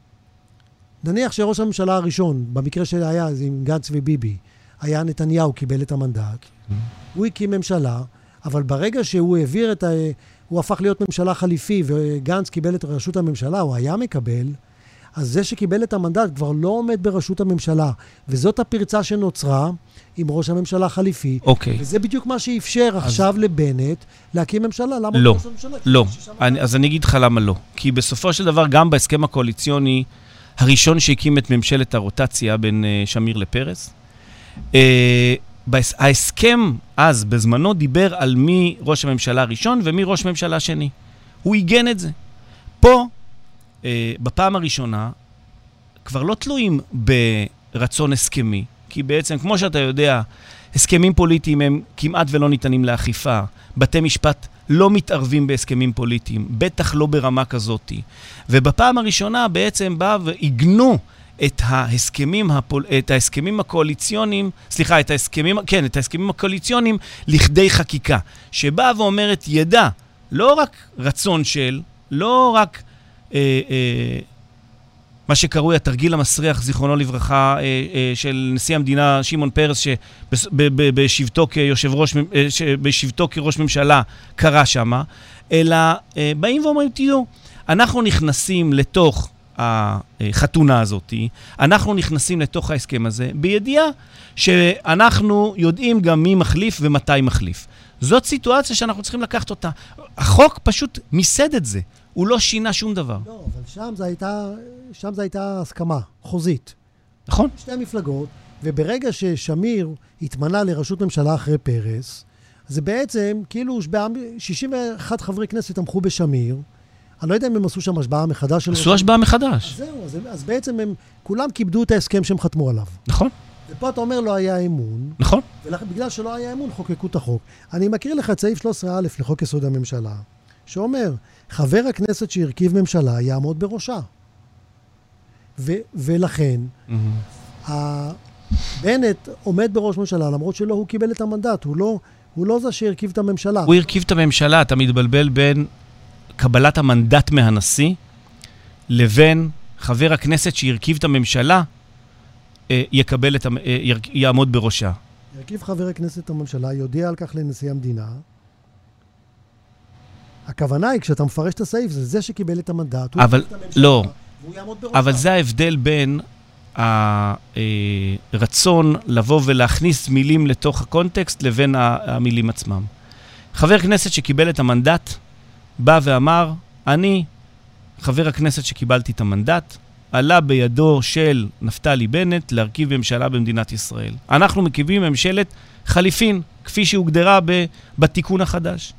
A: נניח שראש הממשלה הראשון, במקרה שהיה עם גנץ וביבי, היה נתניהו קיבל את המנדט, הוא הקים ממשלה, אבל ברגע שהוא העביר את ה... הוא הפך להיות ממשלה חליפי, וגנץ קיבל את ראשות הממשלה, הוא היה מקבל, אז זה שקיבל את המנדט כבר לא עומד בראשות הממשלה, וזאת הפרצה שנוצרה עם ראש הממשלה חליפי,
B: אוקיי.
A: וזה בדיוק מה שאפשר אז... עכשיו לבנט להקים ממשלה. למה
B: לא,
A: ראש הממשלה?
B: לא. אני, אז אני אגיד לך למה לא. כי בסופו של דבר, גם בהסכם הקואליציוני, הראשון שהקים את ממשלת הרוטציה בין uh, שמיר לפרס, uh, בהס... ההסכם אז, בזמנו, דיבר על מי ראש הממשלה הראשון ומי ראש ממשלה שני. הוא עיגן את זה. פה, uh, בפעם הראשונה, כבר לא תלויים ברצון הסכמי, כי בעצם, כמו שאתה יודע, הסכמים פוליטיים הם כמעט ולא ניתנים לאכיפה. בתי משפט לא מתערבים בהסכמים פוליטיים, בטח לא ברמה כזאת. ובפעם הראשונה בעצם בא ועיגנו את ההסכמים, הפול... את ההסכמים הקואליציוניים, סליחה, את ההסכמים, כן, את ההסכמים הקואליציוניים לכדי חקיקה, שבאה ואומרת ידע, לא רק רצון של, לא רק אה, אה, מה שקרוי התרגיל המסריח, זיכרונו לברכה, אה, אה, של נשיא המדינה שמעון פרס, שבשבתו כיושב ראש, אה, בשבתו כראש ממשלה קרה שמה, אלא אה, באים ואומרים, תדעו, אנחנו נכנסים לתוך החתונה הזאת, אנחנו נכנסים לתוך ההסכם הזה, בידיעה שאנחנו יודעים גם מי מחליף ומתי מחליף. זאת סיטואציה שאנחנו צריכים לקחת אותה. החוק פשוט מיסד את זה. הוא לא שינה שום דבר.
A: לא, אבל שם זה הייתה, שם זה הייתה הסכמה, חוזית.
B: נכון.
A: שתי המפלגות, וברגע ששמיר התמנה לראשות ממשלה אחרי פרס, זה בעצם, כאילו, שישים ואחד חברי כנסת תמכו בשמיר, אני לא יודע אם הם עשו שם השבעה מחדש.
B: עשו השבעה מחדש.
A: אז זהו, אז, אז בעצם הם, כולם כיבדו את ההסכם שהם חתמו עליו.
B: נכון.
A: ופה אתה אומר לא היה אמון.
B: נכון.
A: ובגלל שלא היה אמון, חוקקו את החוק. אני מכיר לך את סעיף שלוש עשרה א' לחוק יסוד הממשלה, שאומר, חבר הכנסת שהרכיב ממשלה יעמוד בראשה. ו, ולכן, mm-hmm. בנט עומד בראש ממשלה, למרות שלא הוא קיבל את המנדט, הוא לא, הוא לא זה שהרכיב את הממשלה.
B: הוא הרכיב את הממשלה, אתה מתבלבל בין קבלת המנדט מהנשיא, לבין חבר הכנסת שהרכיב את הממשלה, יקבל את, יעמוד בראשה.
A: הרכיב חבר הכנסת את הממשלה, יודיע על כך לנשיא המדינה. הכוונה היא, כשאתה מפרש את הסעיף, זה זה שקיבל את המנדט, הוא
B: אבל,
A: את הממשלה,
B: לא.
A: והוא יעמוד בראשה.
B: אבל זה ההבדל בין הרצון לבוא ולהכניס מילים לתוך הקונטקסט, לבין המילים עצמם. חבר כנסת שקיבל את המנדט, בא ואמר, אני, חבר הכנסת שקיבלתי את המנדט, עלה בידו של נפתלי בנט להרכיב ממשלה במדינת ישראל. אנחנו מקימים ממשלת חליפין, כפי שהוגדרה בתיקון החדש.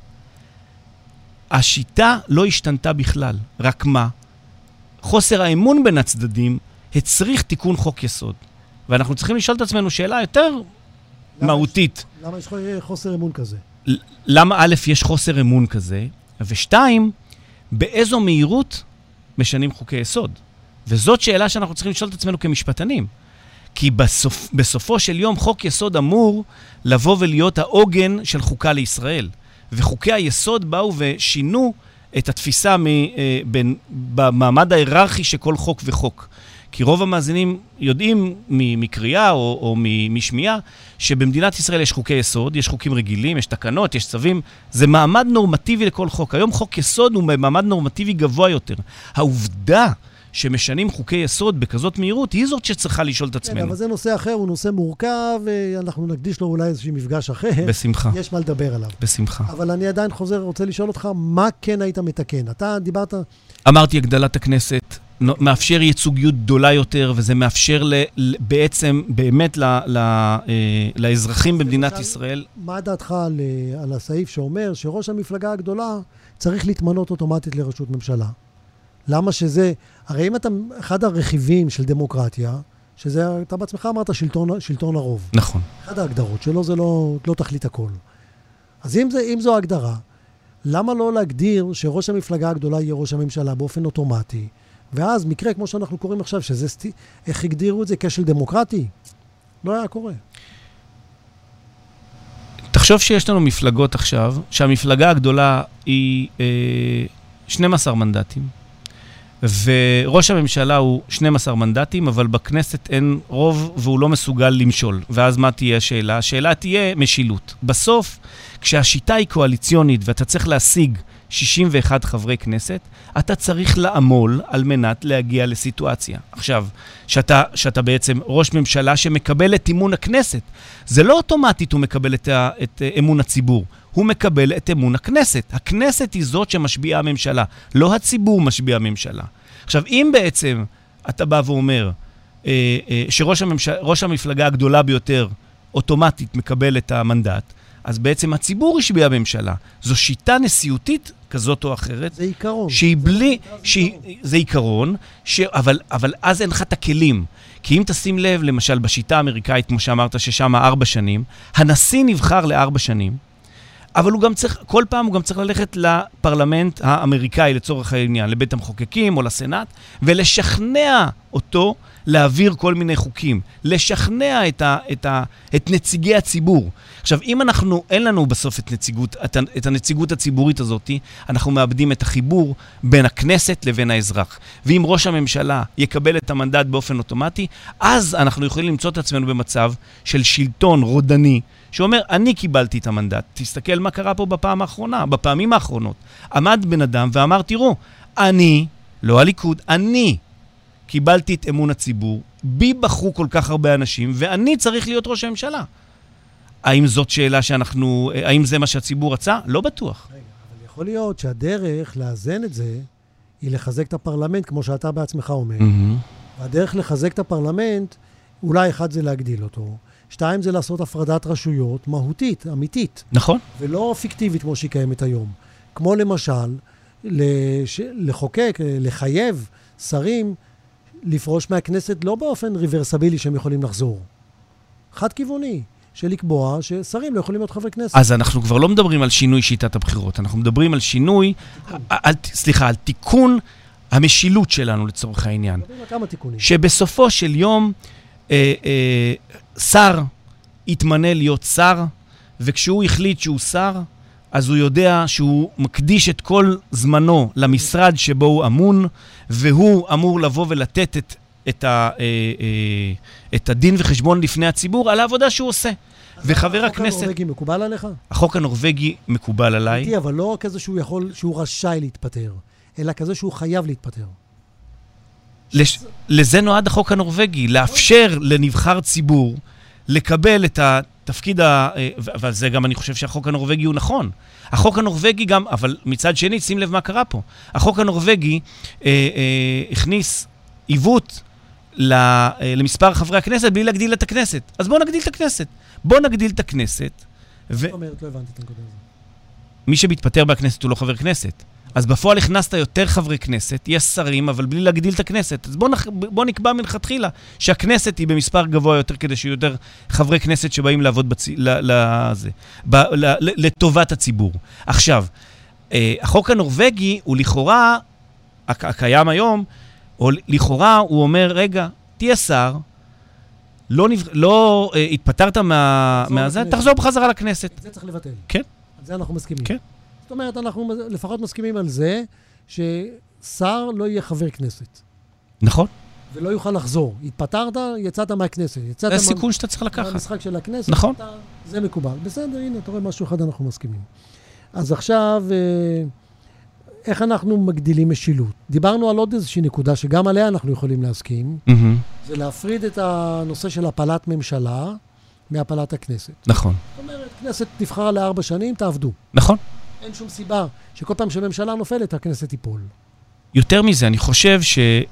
B: השיטה לא השתנתה בכלל, רק מה? חוסר האמון בין הצדדים הצריך תיקון חוק יסוד. ואנחנו צריכים לשאול את עצמנו שאלה יותר למה מהותית.
A: יש, למה יש חוסר אמון כזה?
B: למה א', יש חוסר אמון כזה, ושתיים, באיזו מהירות משנים חוקי יסוד. וזאת שאלה שאנחנו צריכים לשאול את עצמנו כמשפטנים. כי בסופ, בסופו של יום חוק יסוד אמור לבוא ולהיות העוגן של חוקה לישראל. וחוקי היסוד באו ושינו את התפיסה מ, אה, בין, במעמד ההיררכי של כל חוק וחוק. כי רוב המאזינים יודעים מקריאה או, או משמיעה שבמדינת ישראל יש חוקי יסוד, יש חוקים רגילים, יש תקנות, יש צווים. זה מעמד נורמטיבי לכל חוק. היום חוק יסוד הוא מעמד נורמטיבי גבוה יותר. העובדה שמשנים חוקי יסוד בכזאת מהירות, היא זאת שצריכה לשאול את עצמנו.
A: כן, אבל זה נושא אחר, הוא נושא מורכב, ואנחנו נקדיש לו אולי איזשהו מפגש אחר.
B: בשמחה.
A: יש מה לדבר עליו.
B: בשמחה.
A: אבל אני עדיין חוזר, רוצה לשאול אותך, מה כן היית מתקן? אתה דיברת...
B: אמרתי, הגדלת הכנסת, מאפשר ייצוגיות גדולה יותר, וזה מאפשר ל, בעצם, באמת ל, ל, לאזרחים במדינת ישראל.
A: מה דעתך על, על הסעיף שאומר שראש המפלגה הגדולה צריך להתמנות אוטומטית לראשות ממשלה? למה שזה, הרי אם אתה, אחד הרכיבים של דמוקרטיה, שזה, אתה בעצמך אמרת שלטון, שלטון הרוב.
B: נכון.
A: אחד ההגדרות שלו זה לא, לא תכלית הכל. אז אם, זה, אם זו ההגדרה, למה לא להגדיר שראש המפלגה הגדולה יהיה ראש הממשלה באופן אוטומטי? ואז מקרה, כמו שאנחנו קוראים עכשיו, שזה סטי, איך הגדירו את זה? כשל דמוקרטי? לא היה קורה.
B: תחשוב שיש לנו מפלגות עכשיו, שהמפלגה הגדולה היא אה, שנים עשר מנדטים, וראש הממשלה הוא שנים עשר מנדטים, אבל בכנסת אין רוב והוא לא מסוגל למשול. ואז מה תהיה השאלה? השאלה תהיה משילות. בסוף, כשהשיטה היא קואליציונית ואתה צריך להשיג שישים ואחד חברי כנסת, אתה צריך לעמול על מנת להגיע לסיטואציה. עכשיו, שאתה, שאתה בעצם ראש ממשלה שמקבל את אמון הכנסת, זה לא אוטומטית הוא מקבל את, ה, את אמון הציבור, הוא מקבל את אמון הכנסת. הכנסת היא זאת שמשביעה הממשלה, לא הציבור משביע הממשלה. עכשיו, אם בעצם אתה בא ואומר אה, אה, שראש הממשלה, ראש המפלגה הגדולה ביותר אוטומטית מקבל את המנדט, אז בעצם הציבור השביע הממשלה. זו שיטה נשיאותית כזאת או אחרת.
A: זה עיקרון.
B: שהיא בלי, שהיא, זה עיקרון, ש, אבל, אבל אז אין לך את הכלים. כי אם תשים לב, למשל, בשיטה האמריקאית, כמו שאמרת, ששם ארבע שנים, הנשיא נבחר לארבע שנים, אבל הוא גם צריך, כל פעם הוא גם צריך ללכת לפרלמנט האמריקאי לצורך העניין, לבית המחוקקים או לסנאט, ולשכנע אותו להעביר כל מיני חוקים, לשכנע את, ה, את, ה, את נציגי הציבור. עכשיו, אם אנחנו, אין לנו בסוף את, נציגות, את, את הנציגות הציבורית הזאת, אנחנו מאבדים את החיבור בין הכנסת לבין האזרח. ואם ראש הממשלה יקבל את המנדט באופן אוטומטי, אז אנחנו יכולים למצוא את עצמנו במצב של שלטון רודני, שאומר, אני קיבלתי את המנדט. תסתכל מה קרה פה בפעם האחרונה, בפעמים האחרונות. עמד בן אדם ואמר, תראו, אני, לא הליכוד, אני קיבלתי את אמון הציבור, בי בחרו כל כך הרבה אנשים, ואני צריך להיות ראש הממשלה. האם זאת שאלה שאנחנו, האם זה מה שהציבור רצה? לא בטוח.
A: רגע, אבל יכול להיות שהדרך לאזן את זה, היא לחזק את הפרלמנט, כמו שאתה בעצמך אומר. Mm-hmm. והדרך לחזק את הפרלמנט, אולי אחד זה להגדיל אותו, שתיים זה לעשות הפרדת רשויות מהותית, אמיתית.
B: נכון.
A: ולא פיקטיבית כמו שהיא קיימת היום. כמו למשל, לש... לחוקק, לחייב שרים לפרוש מהכנסת לא באופן ריברסבילי שהם יכולים לחזור. חד כיווני, של לקבוע ששרים לא יכולים להיות חברי כנסת.
B: אז אנחנו כבר לא מדברים על שינוי שיטת הבחירות, אנחנו מדברים על שינוי, על, סליחה, על תיקון המשילות שלנו לצורך העניין.
A: מדברים על כמה תיקונים.
B: שבסופו של יום, אה, אה, שר יתמנה להיות שר, וכשהוא החליט שהוא שר, אז הוא יודע שהוא מקדיש את כל זמנו למשרד שבו הוא אמון, והוא אמור לבוא ולתת את, את, ה, אה, אה, את הדין וחשבון לפני הציבור על העבודה שהוא עושה. וחבר הכנסת...
A: החוק הנורווגי מקובל עליך?
B: החוק הנורווגי מקובל עליי.
A: איתי, אבל לא כזה שהוא יכול, שהוא רשאי להתפטר, אלא כזה שהוא חייב להתפטר.
B: לש... לזה נועד החוק הנורווגי, לאפשר לנבחר ציבור לקבל את התפקיד, ה... אבל זה גם אני חושב שהחוק הנורווגי הוא נכון. החוק הנורווגי גם, אבל מצד שני, שים לב מה קרה פה. החוק הנורווגי אה, אה, הכניס עיוות למספר חברי הכנסת בלי להגדיל את הכנסת. אז בואו נגדיל את הכנסת. בואו נגדיל את הכנסת.
A: זאת אומרת, לא הבנתי את הנקודה הזאת.
B: מי שמתפטר בכנסת הוא לא חבר כנסת. אז בפועל הכנסת יותר חברי כנסת, יש שרים, אבל בלי להגדיל את הכנסת. אז בואו בוא נקבע מלכתחילה שהכנסת היא במספר גבוה יותר, כדי שיהיו יותר חברי כנסת שבאים לעבוד בצ... ל... לזה, ב... ל... לטובת הציבור. עכשיו, החוק הנורווגי הוא לכאורה, הקיים היום, או לכאורה הוא אומר, רגע, תהיה שר, לא, נב... לא התפטרת מה... מהזה, תחזור בחזרה לכנסת.
A: את זה צריך לבטל.
B: כן.
A: על זה אנחנו מסכימים.
B: כן.
A: זאת אומרת, אנחנו לפחות מסכימים על זה ששר לא יהיה חבר כנסת.
B: נכון.
A: ולא יוכל לחזור. התפטרת, יצאת מהכנסת.
B: זה הסיכון שאתה צריך לקחת.
A: המשחק של הכנסת.
B: נכון.
A: אתה, זה מקובל. בסדר, הנה, אתה רואה משהו אחד, אנחנו מסכימים. אז עכשיו, איך אנחנו מגדילים משילות. דיברנו על עוד איזושהי נקודה שגם עליה אנחנו יכולים להסכים,
B: Mm-hmm.
A: זה להפריד את הנושא של הפלת ממשלה מהפלת הכנסת.
B: נכון.
A: זאת אומרת, כנסת נבחרה לארבע שנים, תעבדו.
B: נכון.
A: אין שום סיבה שכל פעם שממשלה נופלת, הכנסת תיפול.
B: יותר מזה, אני חושב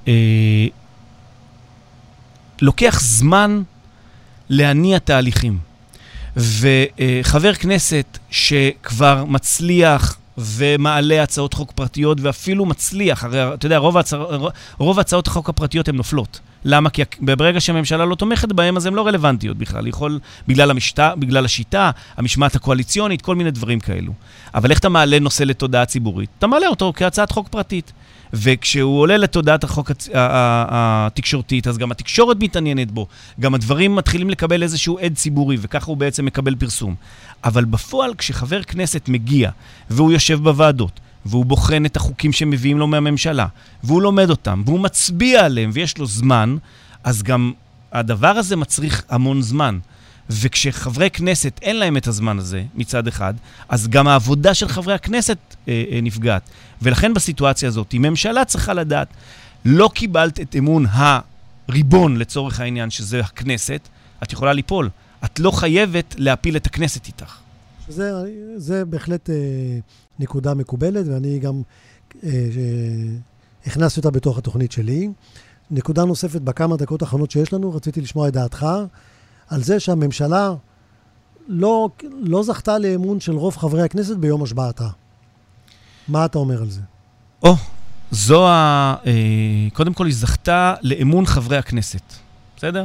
B: שלוקח זמן להניע תהליכים. וחבר כנסת שכבר מצליח ומעלה הצעות חוק פרטיות, ואפילו מצליח, הרי אתה יודע, רוב, הצע... רוב הצעות החוק הפרטיות הן נופלות. למה? כי ברגע שהממשלה לא תומכת בהם, אז הן לא רלוונטיות בכלל. יכול, בגלל, המשתה, בגלל השיטה, המשמעת הקואליציונית, כל מיני דברים כאלו. אבל איך אתה מעלה נושא לתודעה ציבורית? אתה מעלה אותו כהצעת חוק פרטית. וכשהוא עולה לתודעת החוק התקשורתית, אז גם התקשורת מתעניינת בו, גם הדברים מתחילים לקבל איזשהו עד ציבורי, וככה הוא בעצם מקבל פרסום. אבל בפועל, כשחבר כנסת מגיע, והוא יושב בוועדות, והוא בוחן את החוקים שמביאים לו מהממשלה, והוא לומד אותם, והוא מצביע עליהם, ויש לו זמן, אז גם הדבר הזה מצריך המון זמן. וכשחברי כנסת אין להם את הזמן הזה מצד אחד, אז גם העבודה של חברי הכנסת אה, אה, נפגעת. ולכן בסיטואציה הזאת, אם ממשלה צריכה לדעת, לא קיבלת את אמון הריבון לצורך העניין, שזה הכנסת, את יכולה ליפול. את לא חייבת להפיל את הכנסת איתך.
A: זה, זה בהחלט אה, נקודה מקובלת, ואני גם אה, אה, הכנסתי אותה בתוך התוכנית שלי. נקודה נוספת בכמה דקות האחרונות שיש לנו, רציתי לשמוע את דעתך, על זה שהממשלה לא, לא זכתה לאמון של רוב חברי הכנסת ביום השבעתה. מה אתה אומר על זה?
B: או, זו ה... קודם כל היא זכתה לאמון חברי הכנסת. בסדר?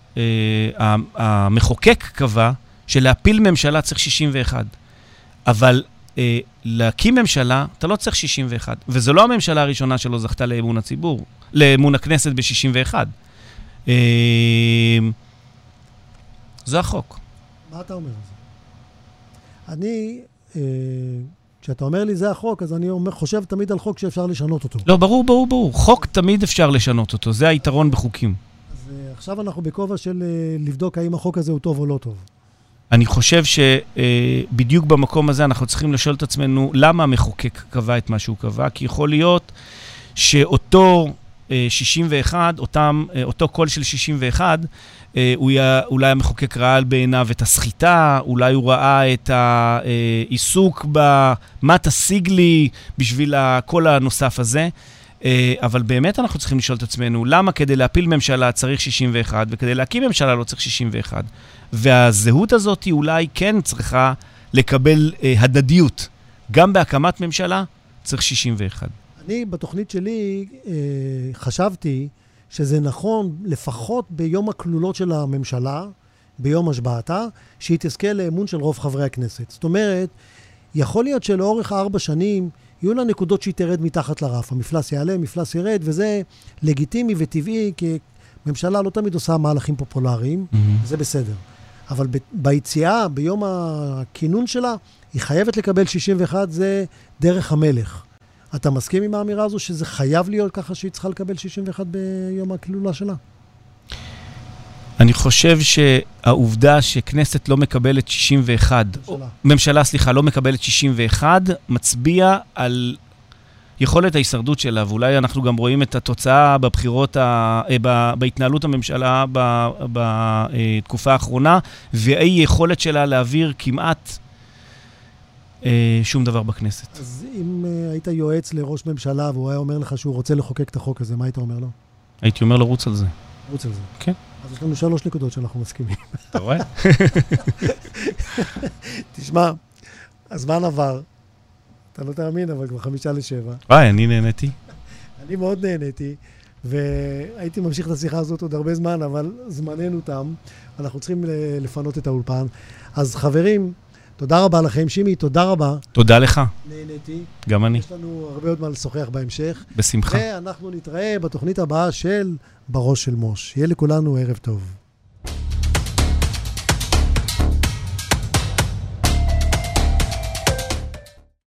B: המחוקק קבע שלהפיל ממשלה צריך שישים ואחת. אבל להקים ממשלה, אתה לא צריך שישים ואחת. וזו לא הממשלה הראשונה שלא זכתה לאמון הציבור, לאמון הכנסת ב-שישים ואחת. זה החוק.
A: מה אתה אומר על זה? אני, אה, כשאתה אומר לי זה החוק, אז אני אומר, חושב תמיד על חוק שאפשר לשנות אותו.
B: לא, ברור, ברור, ברור. חוק תמיד אפשר לשנות אותו. זה היתרון בחוקים.
A: אז אה, עכשיו אנחנו בכובע של אה, לבדוק האם החוק הזה הוא טוב או לא טוב.
B: אני חושב שבדיוק במקום הזה אנחנו צריכים לשאול את עצמנו למה המחוקק קבע את מה שהוא קבע, כי יכול להיות שאותו שישים ואחת, אותם, אותו קול של שישים ואחת, אולי המחוקק ראה בעיניו את הסחיטה, אולי הוא ראה את העיסוק במה תשיג לי בשביל הקול הנוסף הזה, אבל באמת אנחנו צריכים לשאול את עצמנו, למה כדי להפיל ממשלה צריך שישים ואחת, וכדי להקים ממשלה לא צריך שישים ואחת? והזהות הזאת אולי כן צריכה לקבל הדדיות. גם בהקמת ממשלה צריך שישים ואחת.
A: אני בתוכנית שלי אה, חשבתי שזה נכון לפחות ביום הכלולות של הממשלה, ביום השבעתה, שהיא תזכה לאמון של רוב חברי הכנסת. זאת אומרת, יכול להיות שלאורך ארבע שנים יהיו לה נקודות שהיא תרד מתחת לרף. המפלס יעלה, המפלס ירד, וזה לגיטימי וטבעי, כי ממשלה לא תמיד עושה מהלכים פופולריים, mm-hmm. זה בסדר. אבל ב- ביציאה, ביום הכינון שלה, היא חייבת לקבל שישים ואחת, זה דרך המלך. אתה מסכים עם האמירה הזו שזה חייב להיות ככה שהיא צריכה לקבל שישים ואחת ביום הכלולה שלה?
B: אני חושב שהעובדה שכנסת לא מקבלת שישים ואחת, ממשלה, ממשלה סליחה, לא מקבלת שישים ואחת, מצביע על יכולת ההישרדות שלה, ואולי אנחנו גם רואים את התוצאה בבחירות, ה... בהתנהלות הממשלה בתקופה האחרונה, והאי יכולת שלה להעביר כמעט שום דבר בכנסת.
A: אז אם היית יועץ לראש ממשלה והוא היה אומר לך שהוא רוצה לחוקק את החוק הזה, מה היית אומר לו?
B: הייתי אומר לרוץ על זה.
A: רוץ על זה.
B: כן.
A: אז יש לנו שלוש נקודות שאנחנו מסכימים.
B: אתה רואה?
A: תשמע, הזמן עבר. אתה לא תאמין, אבל כבר חמישה לשבע.
B: וואי, אני נהניתי.
A: אני מאוד נהניתי, והייתי ממשיך את השיחה הזאת עוד הרבה זמן, אבל זמננו תם. אנחנו צריכים לפנות את האולפן. אז חברים, תודה רבה לכם. שימי, תודה רבה.
B: תודה לך.
A: נהניתי.
B: גם אני.
A: יש לנו הרבה עוד מה לשוחח בהמשך.
B: בשמחה.
A: ואנחנו נתראה בתוכנית הבאה של בראש של מוש. יהיה לכולנו ערב טוב.